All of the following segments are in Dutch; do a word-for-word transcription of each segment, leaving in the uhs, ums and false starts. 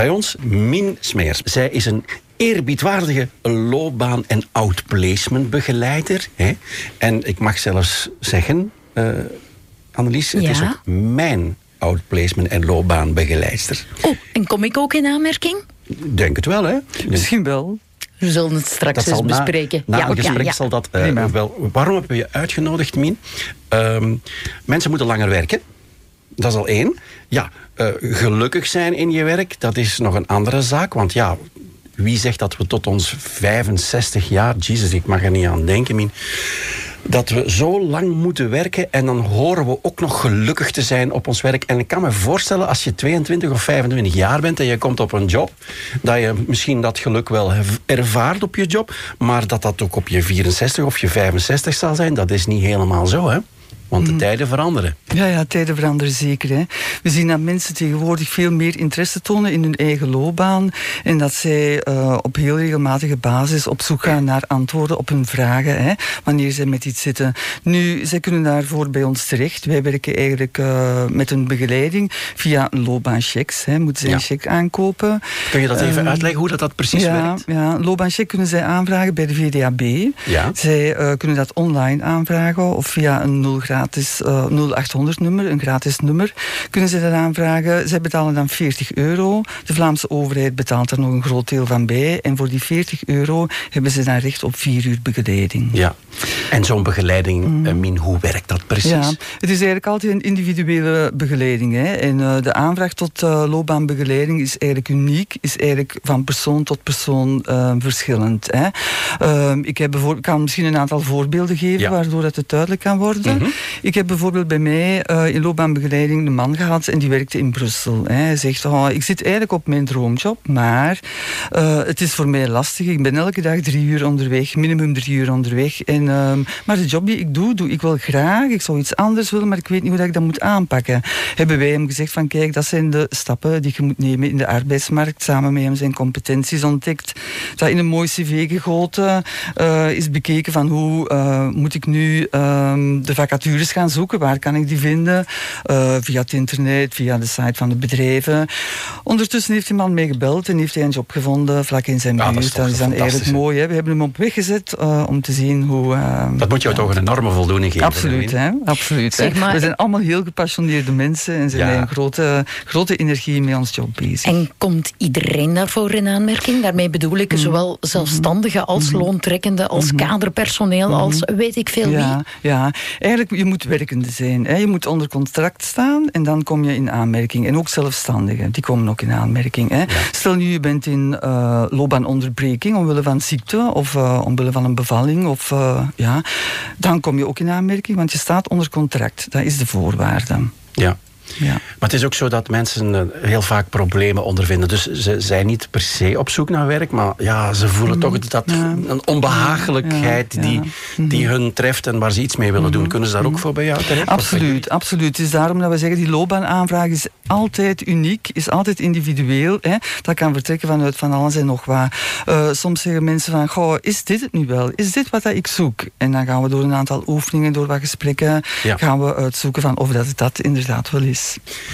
bij ons Mien Smeers. Zij is een eerbiedwaardige loopbaan- en outplacementbegeleider. Hè? En ik mag zelfs zeggen, uh, Annelies, het ja? is ook mijn outplacement- en loopbaanbegeleidster. Oh, en kom ik ook in aanmerking? Denk het wel, hè? Misschien wel. We zullen het straks eens bespreken. Na, na ja, een gesprek ja, ja. zal dat uh, wel... Waarom hebben we je uitgenodigd, Mien? Um, mensen moeten langer werken. Dat is al één. Ja, uh, gelukkig zijn in je werk, dat is nog een andere zaak. Want ja, wie zegt dat we tot ons vijfenzestig jaar... Jezus, ik mag er niet aan denken, Mien... dat we zo lang moeten werken en dan horen we ook nog gelukkig te zijn op ons werk. En ik kan me voorstellen, als je tweeëntwintig of vijfentwintig jaar bent en je komt op een job, dat je misschien dat geluk wel ervaart op je job, maar dat dat ook op je vierenzestig of je vijfenzestig zal zijn, dat is niet helemaal zo, hè? Want de mm. tijden veranderen. Ja, ja, tijden veranderen zeker. Hè. We zien dat mensen tegenwoordig veel meer interesse tonen in hun eigen loopbaan. En dat zij uh, op heel regelmatige basis op zoek gaan naar antwoorden op hun vragen. Hè, wanneer zij met iets zitten. Nu, zij kunnen daarvoor bij ons terecht. Wij werken eigenlijk uh, met een begeleiding via een loopbaanchecks. Hè. Moeten zij ja. een check aankopen. Kun je dat even uh, uitleggen hoe dat, dat precies ja, werkt? Ja, een loopbaancheck kunnen zij aanvragen bij de V D A B. Ja. Zij uh, kunnen dat online aanvragen of via een nul gratis Uh, nul achthonderd nummer, een gratis nummer, kunnen ze dat aanvragen. Zij betalen dan veertig euro. De Vlaamse overheid betaalt er nog een groot deel van bij. En voor die veertig euro hebben ze dan recht op vier uur begeleiding. Ja. En zo'n begeleiding, mm. uh, Mien, hoe werkt dat precies? Ja, het is eigenlijk altijd een individuele begeleiding. Hè. En uh, de aanvraag tot uh, loopbaanbegeleiding is eigenlijk uniek, is eigenlijk van persoon tot persoon uh, verschillend. Hè. Uh, ik, heb bijvoorbeeld, ik kan misschien een aantal voorbeelden geven, ja. waardoor het duidelijk kan worden. Mm-hmm. Ik heb bijvoorbeeld bij mij uh, in loopbaanbegeleiding een man gehad en die werkte in Brussel. Hè. Hij zegt, oh, ik zit eigenlijk op mijn droomjob, maar uh, het is voor mij lastig. Ik ben elke dag drie uur onderweg, minimum drie uur onderweg. En, uh, maar de job die ik doe, doe ik wel graag. Ik zou iets anders willen, maar ik weet niet hoe dat ik dat moet aanpakken. Hebben wij hem gezegd van, kijk, dat zijn de stappen die je moet nemen in de arbeidsmarkt. Samen met hem zijn competenties ontdekt. Dat in een mooi cv gegoten uh, is bekeken van hoe uh, moet ik nu uh, de vacatures gaan zoeken. Waar kan ik die vinden? Uh, via het internet, via de site van de bedrijven. Ondertussen heeft die man mij gebeld en heeft hij een job gevonden vlak in zijn buurt. Ja, dat is, dat is dan eigenlijk mooi. Hè? We hebben hem op weg gezet uh, om te zien hoe... Uh, dat moet jou ja. toch een enorme voldoening geven. Absoluut, hè? Absoluut. Zeg maar, hè? We zijn allemaal heel gepassioneerde mensen en zijn ja. met een grote, grote energie met ons job bezig. En komt iedereen daarvoor in aanmerking? Daarmee bedoel ik mm-hmm. zowel zelfstandigen als mm-hmm. loontrekkende, als mm-hmm. kaderpersoneel, mm-hmm. als weet ik veel ja, wie. Ja, eigenlijk je moet werkende zijn. Hè. Je moet onder contract staan en dan kom je in aanmerking. En ook zelfstandigen, die komen ook in aanmerking. Hè. Ja. Stel nu, je bent in uh, loopbaanonderbreking omwille van ziekte of uh, omwille van een bevalling. Of, uh, ja, dan kom je ook in aanmerking, want je staat onder contract. Dat is de voorwaarde. Ja. Ja. Maar het is ook zo dat mensen uh, heel vaak problemen ondervinden. Dus ze zijn niet per se op zoek naar werk, maar ja, ze voelen mm. toch dat ja. een onbehagelijkheid ja. Ja. die, ja. die hun treft en waar ze iets mee willen mm. doen. Kunnen ze daar ook voor bij jou terecht? Absoluut, absoluut. Het is daarom dat we zeggen, die loopbaanaanvraag is altijd uniek, is altijd individueel. Hè. Dat kan vertrekken vanuit van alles en nog wat. Uh, soms zeggen mensen van, goh, is dit het nu wel? Is dit wat ik zoek? En dan gaan we door een aantal oefeningen, door wat gesprekken, ja. gaan we uitzoeken van of dat het dat inderdaad wel is.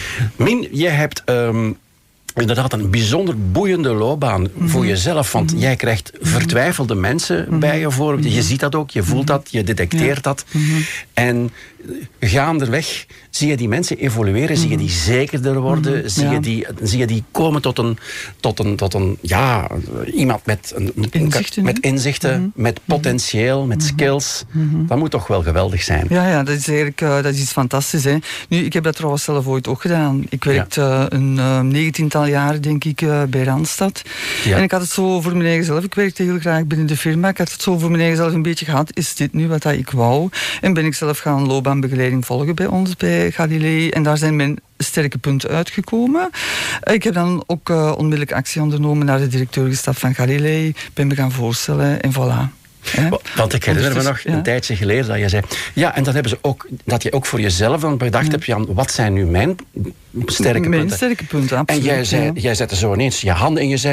Min, je hebt um, inderdaad een bijzonder boeiende loopbaan mm-hmm. voor jezelf. Want mm-hmm. jij krijgt vertwijfelde mensen mm-hmm. bij je voor. Je ziet dat ook, je voelt dat, je detecteert ja. dat. Mm-hmm. En gaandeweg zie je die mensen evolueren, mm-hmm. zie je die zekerder worden, mm-hmm. zie, ja. je die, zie je die komen tot een, tot een, tot een ja, iemand met, een, inzichten, met inzichten, mm-hmm. met potentieel, met mm-hmm. skills. Mm-hmm. Dat moet toch wel geweldig zijn. Ja, ja, dat is eigenlijk uh, dat is iets fantastisch. Hè. Nu, ik heb dat trouwens zelf ooit ook gedaan. Ik werkte ja. uh, een uh, negentiental jaar, denk ik, uh, bij Randstad. Ja. En ik had het zo voor mijn eigen zelf. Ik werkte heel graag binnen de firma. Ik had het zo voor mijn eigen zelf een beetje gehad. Is dit nu wat ik wou? En ben ik zelf gaan loopbaanbegeleiding volgen bij ons, bij Galilei. En daar zijn mijn sterke punten uitgekomen. Ik heb dan ook uh, onmiddellijk actie ondernomen, naar de directeur gestapt van Galilei. Ben me gaan voorstellen en voilà. Ja. Want ik herinner me nog ja. een tijdje geleden dat je zei... Ja, en dan hebben ze ook, dat je ook voor jezelf dan bedacht ja. hebt... Jan, wat zijn nu mijn sterke mijn punten? sterke punten, absoluut. En jij, zei, ja. jij zette zo ineens je handen en je zei...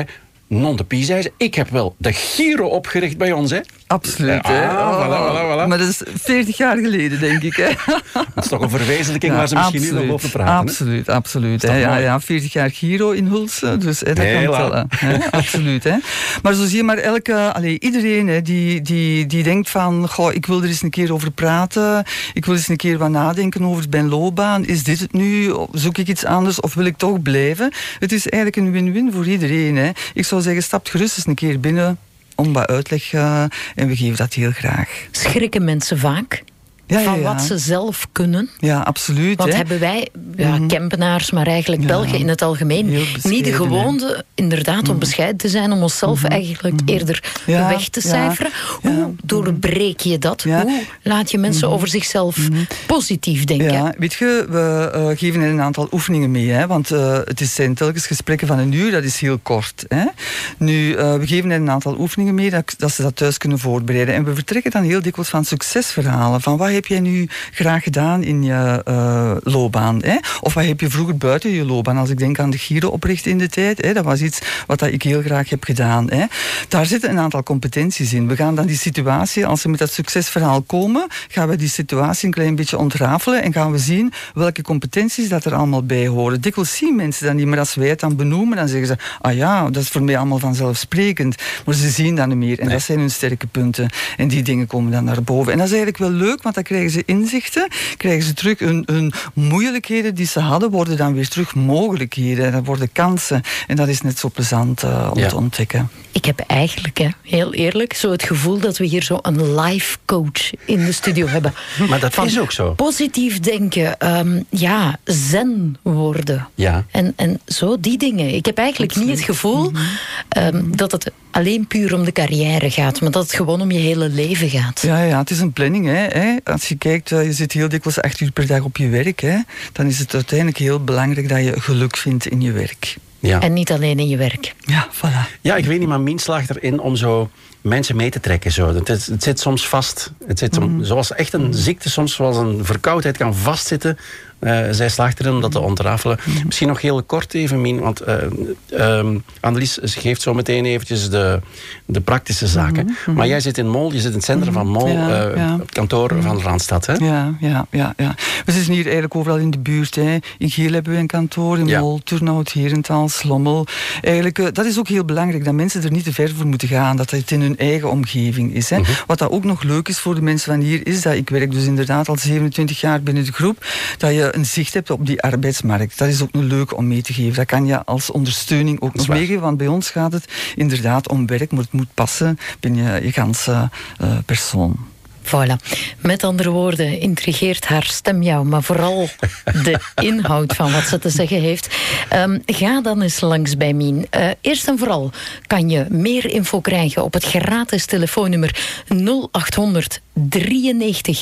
non de pie, zei ze. Ik heb wel de Giro opgericht bij ons, hè. Absoluut, Ja, hè. ah, voilà, voilà, voilà. Maar dat is veertig jaar geleden, denk ik, hè. Dat is toch een verwezenlijking Ja, waar ze misschien absoluut, niet nog over praten. Absoluut, absoluut. Dat Hè. is toch Ja, mooi? ja, veertig jaar Giro in Hulse, dus hè, dat Heel kan lang. tellen. Hè. Absoluut, hè. Maar zo zie je maar elke, allee, iedereen hè, die, die, die denkt van, goh, ik wil er eens een keer over praten, ik wil eens een keer wat nadenken over mijn loopbaan. Is dit het nu? Of zoek ik iets anders? Of wil ik toch blijven? Het is eigenlijk een win-win voor iedereen, hè. Ik zou zeggen, stap gerust eens een keer binnen om wat uitleg uh, en we geven dat heel graag. Schrikken mensen vaak Ja, ja, van ja. wat ze zelf kunnen? Ja, absoluut. Want hè. hebben wij, ja, Kempenaars, maar eigenlijk Ja, Belgen in het algemeen, heel niet de bescheiden, gewoonte, inderdaad, om bescheiden te zijn, om onszelf eigenlijk eerder Ja, weg te ja, cijferen. ja. Hoe doorbreek je dat? Ja. Hoe laat je mensen over zichzelf positief denken? Ja, weet je, we uh, geven er een aantal oefeningen mee. Hè, want uh, het is, zijn telkens gesprekken van een uur, dat is heel kort. Hè. Nu, uh, we geven er een aantal oefeningen mee, dat, dat ze dat thuis kunnen voorbereiden. En we vertrekken dan heel dikwijls van succesverhalen. Van wat heb jij nu graag gedaan in je uh, loopbaan? Hè? Of wat heb je vroeger buiten je loopbaan? Als ik denk aan de Giro oprichten in de tijd, hè, dat was iets wat ik heel graag heb gedaan. Hè. Daar zitten een aantal competenties in. We gaan dan die situatie, als ze met dat succesverhaal komen, gaan we die situatie een klein beetje ontrafelen en gaan we zien welke competenties dat er allemaal bij horen. Dikwijls zien mensen dat niet, maar als wij het dan benoemen, dan zeggen ze, ah ja, dat is voor mij allemaal vanzelfsprekend. Maar ze zien dat niet meer. En Nee. dat zijn hun sterke punten. En die dingen komen dan naar boven. En dat is eigenlijk wel leuk, want dan krijgen ze inzichten, krijgen ze terug hun, hun moeilijkheden die ze hadden, worden dan weer terug mogelijkheden. Dat worden kansen. En dat is net zo plezant uh, om Ja. te ontdekken. Ik heb eigenlijk, hè, heel eerlijk, zo het gevoel dat we hier zo een life coach in de studio hebben. Maar dat Van is ook zo. Positief denken, ehm, ja, zen worden. Ja. En, en zo die dingen. Ik heb eigenlijk niet het gevoel ehm, dat het alleen puur om de carrière gaat, maar dat het gewoon om je hele leven gaat. Ja, ja, het is een planning. Hè, hè. Als je kijkt, uh, je zit heel dikwijls acht uur per dag op je werk. Hè, dan is het uiteindelijk heel belangrijk dat je geluk vindt in je werk. Ja. En niet alleen in je werk. Ja, voilà. Ja, ik weet niet, maar Mien slaagt erin om zo mensen mee te trekken. Zo. Het, is- het zit soms vast. Het zit som- zoals echt een ziekte, soms zoals een verkoudheid kan vastzitten. Uh, zij slaagt erin om dat te ontrafelen. Misschien nog heel kort even, Mien, want uh, um, Annelies geeft zo meteen eventjes de, de praktische zaken. Maar jij zit in Mol, je zit in het centrum van Mol, Ja, uh, ja. op het kantoor van Randstad, hè? Ja, ja, ja, ja. We zitten hier eigenlijk overal in de buurt. Hè. In Geel hebben we een kantoor, in Ja. Mol, Turnhout, Herentaal, Slommel. Eigenlijk, uh, dat is ook heel belangrijk, dat mensen er niet te ver voor moeten gaan. Dat het in hun eigen omgeving is. Hè. Mhm. Wat dat ook nog leuk is voor de mensen van hier, is dat ik werk dus inderdaad al zevenentwintig jaar binnen de groep, dat je een zicht hebt op die arbeidsmarkt. Dat is ook nog leuk om mee te geven. Dat kan je als ondersteuning ook Dat is nog waar. meegeven, want bij ons gaat het inderdaad om werk, maar het moet passen binnen je ganse uh, persoon. Voilà. Met andere woorden, intrigeert haar stem jou, maar vooral de inhoud van wat ze te zeggen heeft. Um, ga dan eens langs bij Mien. Uh, eerst en vooral kan je meer info krijgen op het gratis telefoonnummer nul acht honderd drieënnegentig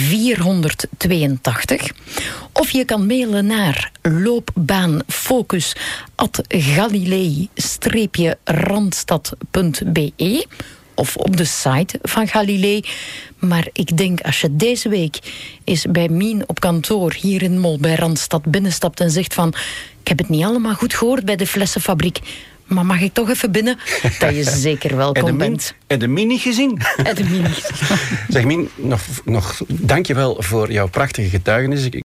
vierhonderdtweeëntachtig. Of je kan mailen naar loopbaanfocus at galilei randstad punt be. Of op de site van Galilei. Maar ik denk, als je deze week eens bij Mien op kantoor hier in Mol bij Randstad binnenstapt en zegt van, ik heb het niet allemaal goed gehoord bij de flessenfabriek, maar mag ik toch even binnen? Dat je zeker En de, welkom Mien, bent. en de Mien niet gezien. En de Mini. Zeg Mien, nog, nog dank je wel voor jouw prachtige getuigenis. Ik